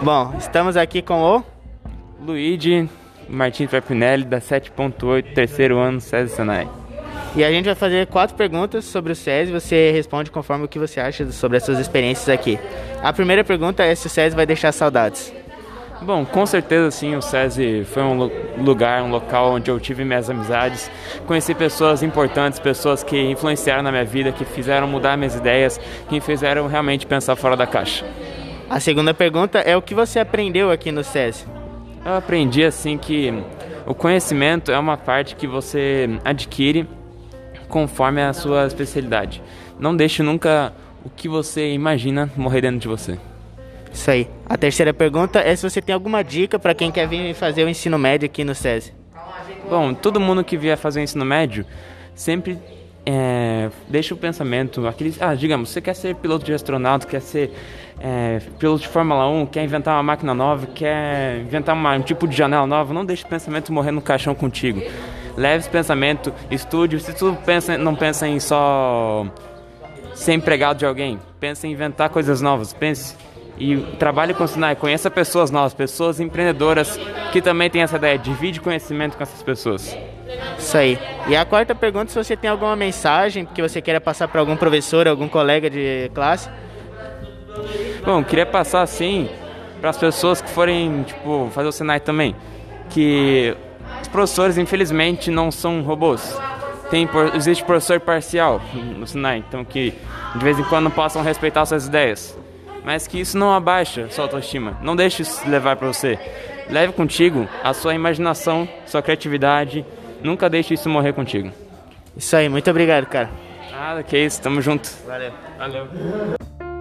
Bom, estamos aqui com o Luigi Martins Verpinelli, da 7.8, terceiro ano, SESI Senai. E a gente vai fazer 4 perguntas sobre o SESI. Você responde conforme o que você acha sobre as suas experiências aqui. A primeira pergunta é se o SESI vai deixar saudades. Bom, com certeza sim, o SESI foi um lugar, um local onde eu tive minhas amizades, conheci pessoas importantes, pessoas que influenciaram na minha vida, que fizeram mudar minhas ideias, que me fizeram realmente pensar fora da caixa. A segunda pergunta é o que você aprendeu aqui no SESI. Eu aprendi assim que o conhecimento é uma parte que você adquire conforme a sua especialidade. Não deixe nunca o que você imagina morrer dentro de você. Isso aí. A terceira pergunta é se você tem alguma dica para quem quer vir fazer o ensino médio aqui no SESI. Bom, todo mundo que vier fazer o ensino médio sempre deixa o pensamento, digamos, você quer ser piloto de astronauta, quer ser piloto de Fórmula 1, quer inventar uma máquina nova, quer inventar um tipo de janela nova, não deixe o pensamento morrer no caixão contigo. Leve esse pensamento, estude, se tu não pensa em só ser empregado de alguém, pensa em inventar coisas novas, pense e trabalhe com o Sinai, conheça pessoas novas, pessoas empreendedoras que também têm essa ideia, divide conhecimento com essas pessoas. Isso aí. E a quarta pergunta, se você tem alguma mensagem que você queira passar para algum professor, algum colega de classe. Bom, eu queria passar assim para as pessoas que forem fazer o Sinai também, que os professores infelizmente não são robôs. Existe professor parcial no Sinai, então que de vez em quando possam respeitar suas ideias, mas que isso não abaixa sua autoestima. Não deixe isso levar para você. Leve contigo a sua imaginação, sua criatividade. Nunca deixe isso morrer contigo. Isso aí, muito obrigado, cara. Nada, que isso, tamo junto. Valeu. Valeu.